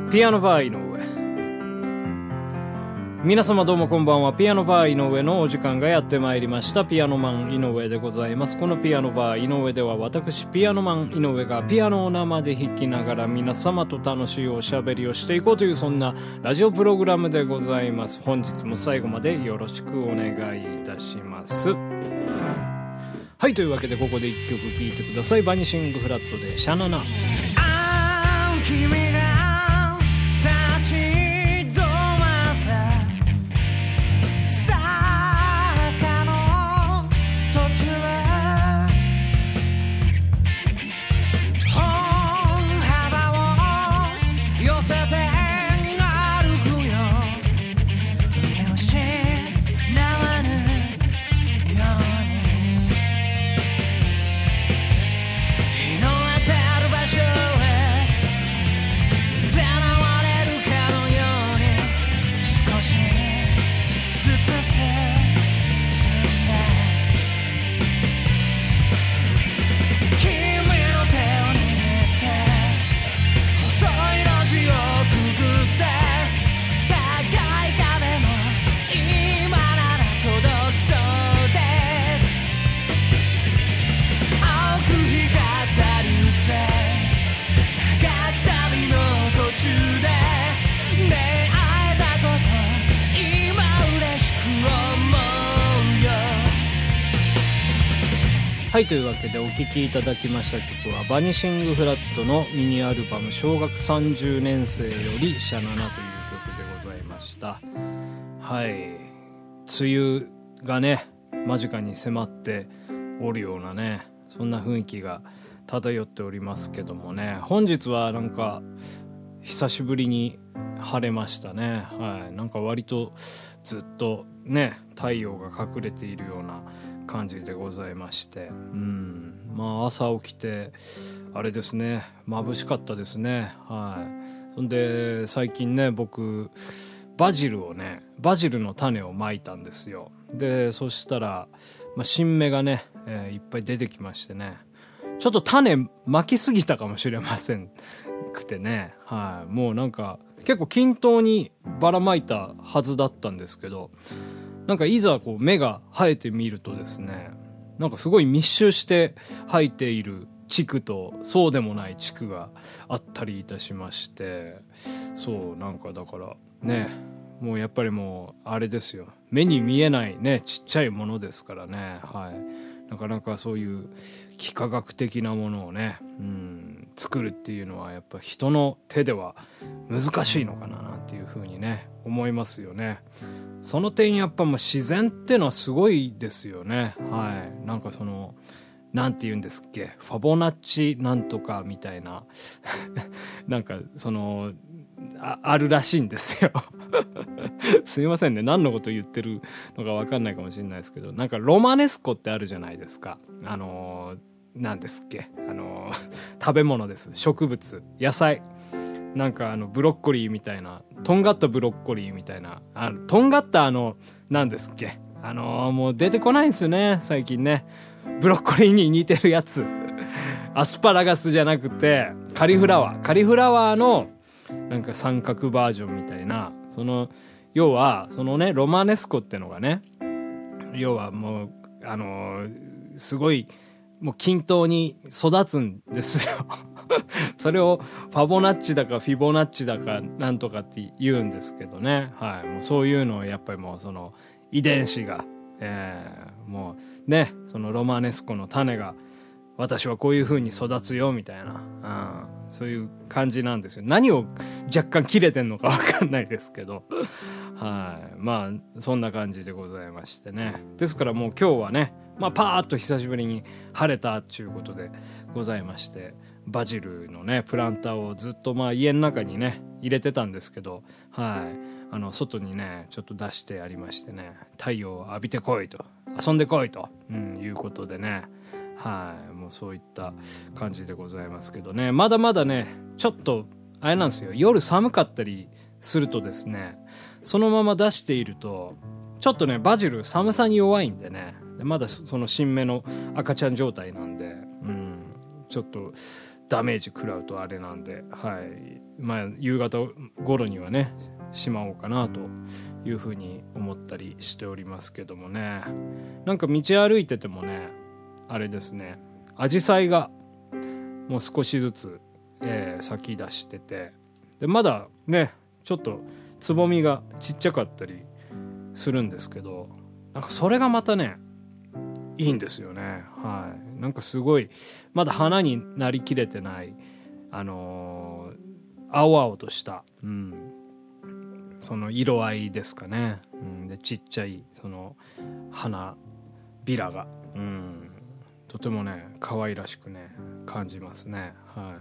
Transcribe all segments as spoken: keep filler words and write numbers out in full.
ピアノバー井上。皆様どうもこんばんは。ピアノバー井上のお時間がやってまいりました。ピアノマン井上でございます。このピアノバー井上では、私ピアノマン井上がピアノを生で弾きながら皆様と楽しいおしゃべりをしていこうという、そんなラジオプログラムでございます。本日も最後までよろしくお願いいたします。はい、というわけでここで一曲聴いてください。バニシングフラットでシャナナ。 ああ君が立ち止まった坂の途中歩幅を寄せて歩くよ、見失わぬように日の当たる場所へさらわれるかのように少しずつ進んだ。君の手を握って細い路地をくぐって高い壁も今なら届きそうです。青く光った流星、長き旅の途中で出会えたこと今嬉しく思うよ。 はい、というわけでお聴きいただきました曲はバニシングフラットのミニアルバム小学さんじゅうねん生よりシャナナという曲でございました。はい、梅雨がね間近に迫っておるようなね、そんな雰囲気が漂っておりますけどもね、本日はなんか久しぶりに晴れましたね。はい、なんか割とずっとね太陽が隠れているような感じでございまして、うん、まあ朝起きてあれですね、眩しかったですね。はい、そんで最近ね僕バジルをねバジルの種をまいたんですよ。でそしたら、まあ、新芽がね、えー、いっぱい出てきましてね、ちょっと種まきすぎたかもしれませんくてね、はい、もうなんか結構均等にばらまいたはずだったんですけど、なんかいざこう芽が生えてみるとですね、なんかすごい密集して生えている地区とそうでもない地区があったりいたしまして、そうなんかだからね、もうやっぱりもうあれですよ、目に見えないねちっちゃいものですからね、はい、なかなかそういう幾何学的なものをね、うん、作るっていうのはやっぱ人の手では難しいのかななんていうふうにね思いますよね。その点やっぱもう自然ってのはすごいですよね。はい、なんかそのなんて言うんですっけ、ファボナッチなんとかみたいななんかその あ, あるらしいんですよすいませんね、何のこと言ってるのか分かんないかもしれないですけど、なんかロマネスコってあるじゃないですか。あのー、なんですっけ、あのー、食べ物です。植物、野菜、なんかあのブロッコリーみたいな、とんがったブロッコリーみたいな、あのとんがったあのなんですっけ、あのー、もう出てこないんですよね最近ね。ブロッコリーに似てるやつアスパラガスじゃなくてカリフラワーカリフラワーのなんか三角バージョンみたいな、その要はそのねロマネスコってのがね、要はもうあのー、すごいもう均等に育つんですよそれをファボナッチだかフィボナッチだかなんとかって言うんですけどね、はい、もうそういうのをやっぱりもうその遺伝子が、えー、もうねそのロマネスコの種が私はこういう風に育つよみたいな、うん、そういう感じなんですよ。何を若干切れてんのか分かんないですけどはい、まあそんな感じでございましてね。ですからもう今日はね、まあパーッと久しぶりに晴れたっていうことでございまして、バジルのねプランターをずっとまあ家の中にね入れてたんですけど、はい、あの外にねちょっと出してありましてね、太陽を浴びてこいと、遊んでこいと、うん、いうことでね、はい、もうそういった感じでございますけどね、まだまだねちょっとあれなんですよ、夜寒かったりするとですね、そのまま出しているとちょっとねバジル寒さに弱いんでね、でまだその新芽の赤ちゃん状態なんで、うん、ちょっとダメージ食らうとあれなんで、はい、まあ夕方頃にはねしまおうかなというふうに思ったりしておりますけどもね。なんか道歩いててもね、あれですね、アジサイがもう少しずつ、えー、咲き出してて、でまだねちょっとつぼみがちっちゃかったりするんですけど、なんかそれがまたねいいんですよね。はい、なんかすごいまだ花になりきれてない、あのー、青々とした、うん、その色合いですかね、うん、でちっちゃいその花びらが、うん、とてもね可愛らしくね感じますね。はい、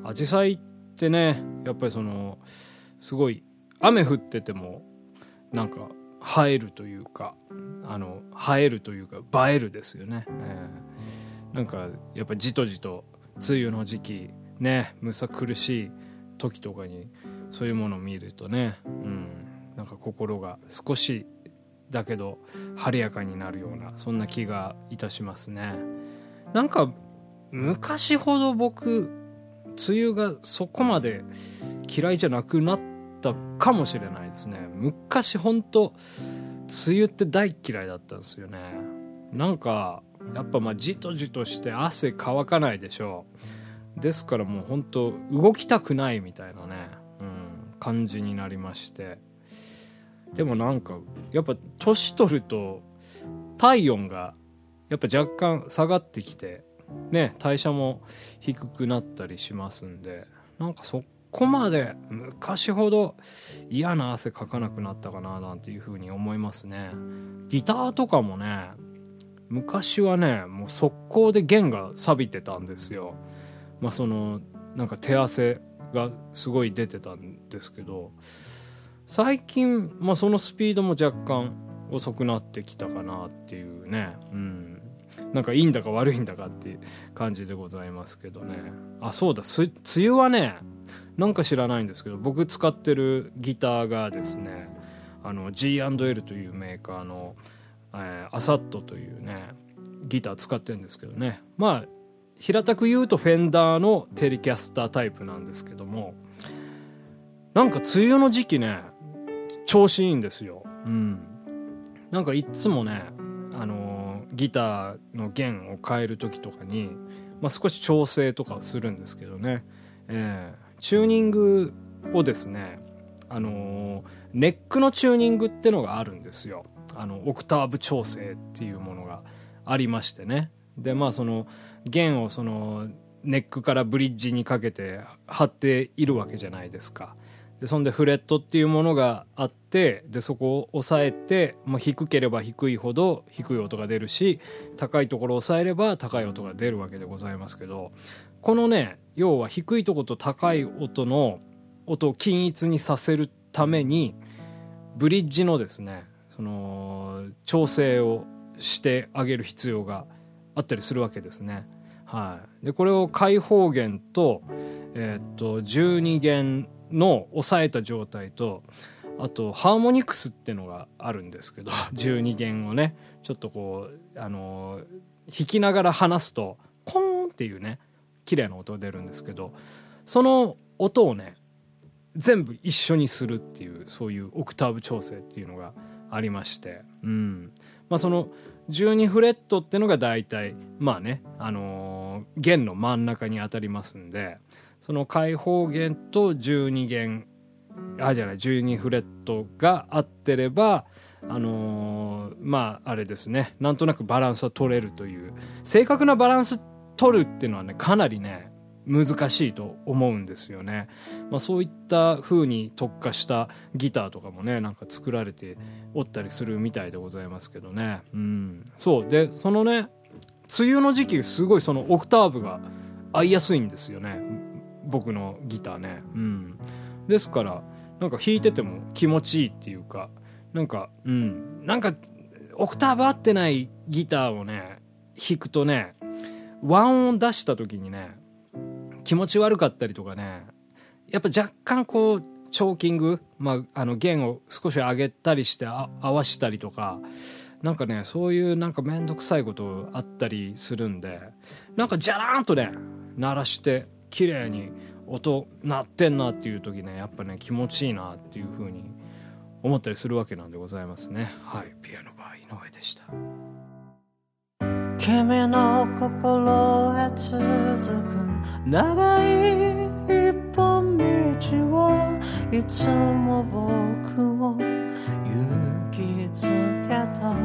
アジサイってねやっぱりそのすごい雨降っててもなんか映えるというか、あの映えるというか映えるですよね、えー、なんかやっぱじとじと梅雨の時期ね、むさ苦しい時とかにそういうものを見るとね、うん、なんか心が少しだけど晴れやかになるような、そんな気がいたしますね。なんか昔ほど僕梅雨がそこまで嫌いじゃなくなったかもしれないですね。昔ほんと梅雨って大嫌いだったんですよね。なんかやっぱまあじとじとして汗乾かないでしょう。ですからもうほんと動きたくないみたいなね、うん、感じになりまして、でもなんかやっぱ年取ると体温がやっぱ若干下がってきてね、代謝も低くなったりしますんで、なんかそこまで昔ほど嫌な汗かかなくなったかななんていう風に思いますね。ギターとかもね、昔はねもう速攻で弦が錆びてたんですよ。まあそのなんか手汗がすごい出てたんですけど、最近、まあ、そのスピードも若干遅くなってきたかなっていうね、うん、なんかいいんだか悪いんだかっていう感じでございますけどね。あ、そうだ、梅雨はねなんか知らないんですけど、僕使ってるギターがですね、あの ジーアンドエル というメーカーの、えー、アサットというねギター使ってるんですけどね、まあ平たく言うとフェンダーのテレキャスタータイプなんですけども、なんか梅雨の時期ね調子いいんですよ。うん、なんかいっつもね、あのー、ギターの弦を変える時とかに、まあ、少し調整とかをするんですけどね、えー、チューニングをですね、あのー、ネックのチューニングってのがあるんですよ。あのオクターブ調整っていうものがありましてね。でまあその弦をそのネックからブリッジにかけて張っているわけじゃないですか。でそんでフレットっていうものがあって、でそこを押さえて、まあ、低ければ低いほど低い音が出るし、高いところを押さえれば高い音が出るわけでございますけど、このね要は低いところと高い音の音を均一にさせるためにブリッジのですねその調整をしてあげる必要があったりするわけですね。はい、でこれを開放弦と、えー、っとじゅうに弦の抑えた状態と、あとハーモニクスってのがあるんですけど、じゅうに弦をねちょっとこうあの弾きながら離すとコーンっていうね綺麗な音が出るんですけど、その音をね全部一緒にするっていう、そういうオクターブ調整っていうのがありまして、うん、まあそのじゅうにフレットってのが大体まあね、あのー、弦の真ん中に当たりますんで、その開放弦とじゅうに弦あじゃないじゅうにフレットが合ってれば、あのー、まああれですね、なんとなくバランスは取れるという、正確なバランス取るっていうのはねかなりね難しいと思うんですよね。まあ、そういった風に特化したギターとかもねなんか作られておったりするみたいでございますけどね。うん、そうでそのね梅雨の時期すごいそのオクターブが合いやすいんですよね、僕のギターね。うん、ですからなんか弾いてても気持ちいいっていうか、なんかうんなんかオクターブ合ってないギターをね弾くとね、和音を出した時にね気持ち悪かったりとかね、やっぱ若干こうチョーキング、まあ、あの弦を少し上げたりしてあ合わしたりとか、なんかねそういうなんかめんどくさいことあったりするんで、なんかジャラーンとね鳴らして綺麗に音鳴ってんなっていう時ね、やっぱね気持ちいいなっていう風に思ったりするわけなんでございますね。はい、ピアノバー井上でした。 君の心へ続く長い一本道をいつも僕を勇気づけた。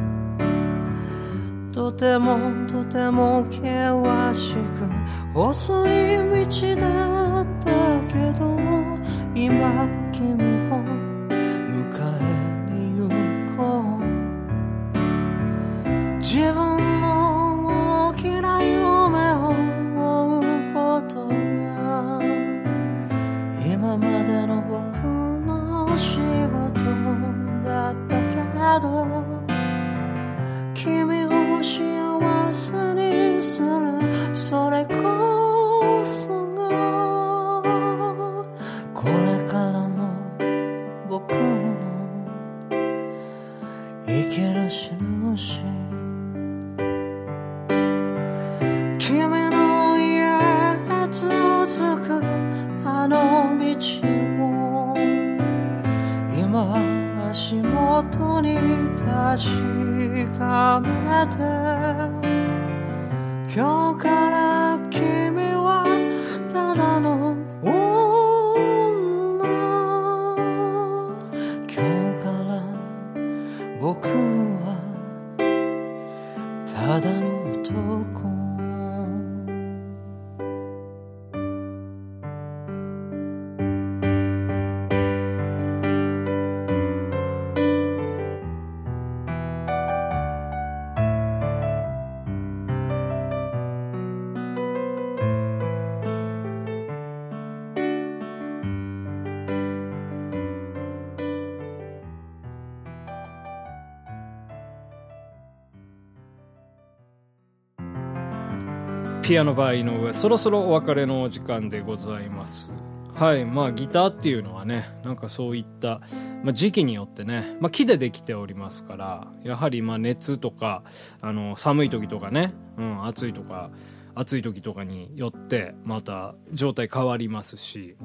とてもとても険しく細い道だったけど、今君を迎えに行こう。自分の大きな夢を追うことが今までの僕の仕事だったけど、君を幸せにするそれこそがこれからの僕の生きる印。君の家へ続くあの道を今足元に確かめて、今日から君はただの女、今日から僕はただの男。 ピアノバー井上、そろそろお別れのお時間でございます。はい、まあギターっていうのはね、なんかそういった、まあ、時期によってね、まあ、木でできておりますから、やはりまあ熱とかあの寒い時とかね、うん、暑いとか暑い時とかによってまた状態変わりますし、うん、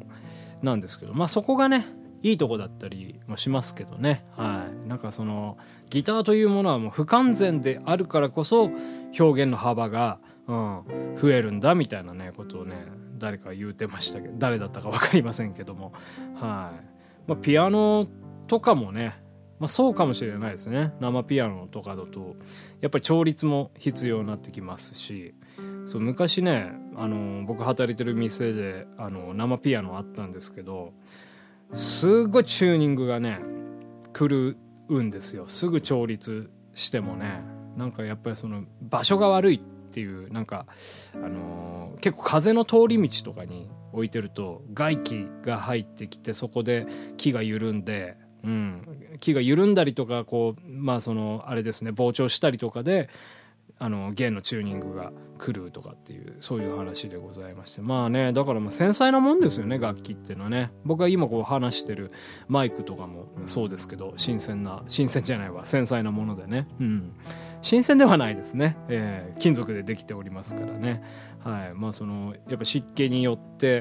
なんですけど、まあそこがねいいとこだったりもしますけどね。はい、なんかそのギターというものはもう不完全であるからこそ表現の幅がうん、増えるんだみたいなねことをね誰か言うてましたけど、誰だったか分かりませんけども、はい、まあ、ピアノとかもね、まあ、そうかもしれないですね。生ピアノとかだとやっぱり調律も必要になってきますし、そう昔ねあの僕働いてる店であの生ピアノあったんですけど、すごいチューニングがね狂うんですよ。すぐ調律してもね、なんかやっぱりその場所が悪いっていう、なんか、あのー、結構風の通り道とかに置いてると外気が入ってきて、そこで木が緩んで、うん、木が緩んだりとか、こうまあそのあれですね、膨張したりとかであの弦のチューニングが狂うとかっていう、そういう話でございまして、まあね、だからまあ繊細なもんですよね、楽器っていうのはね。僕が今こう話してるマイクとかもそうですけど、新鮮な新鮮じゃないわ繊細なものでね、うん、新鮮ではないですね、えー、金属でできておりますからね。はい、まあそのやっぱ湿気によって、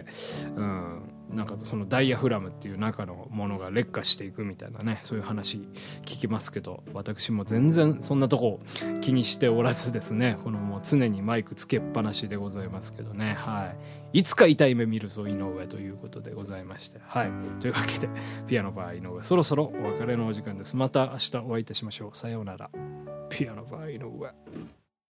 うん、なんかそのダイヤフラムっていう中のものが劣化していくみたいなね、そういう話聞きますけど、私も全然そんなとこ気にしておらずですね、このもう常にマイクつけっぱなしでございますけどね。はい、いつか痛い目見るぞ井上ということでございまして、はい、というわけでピアノバー井上、そろそろお別れのお時間です。また明日お会いいたしましょう。さようなら。ピアノバー井上。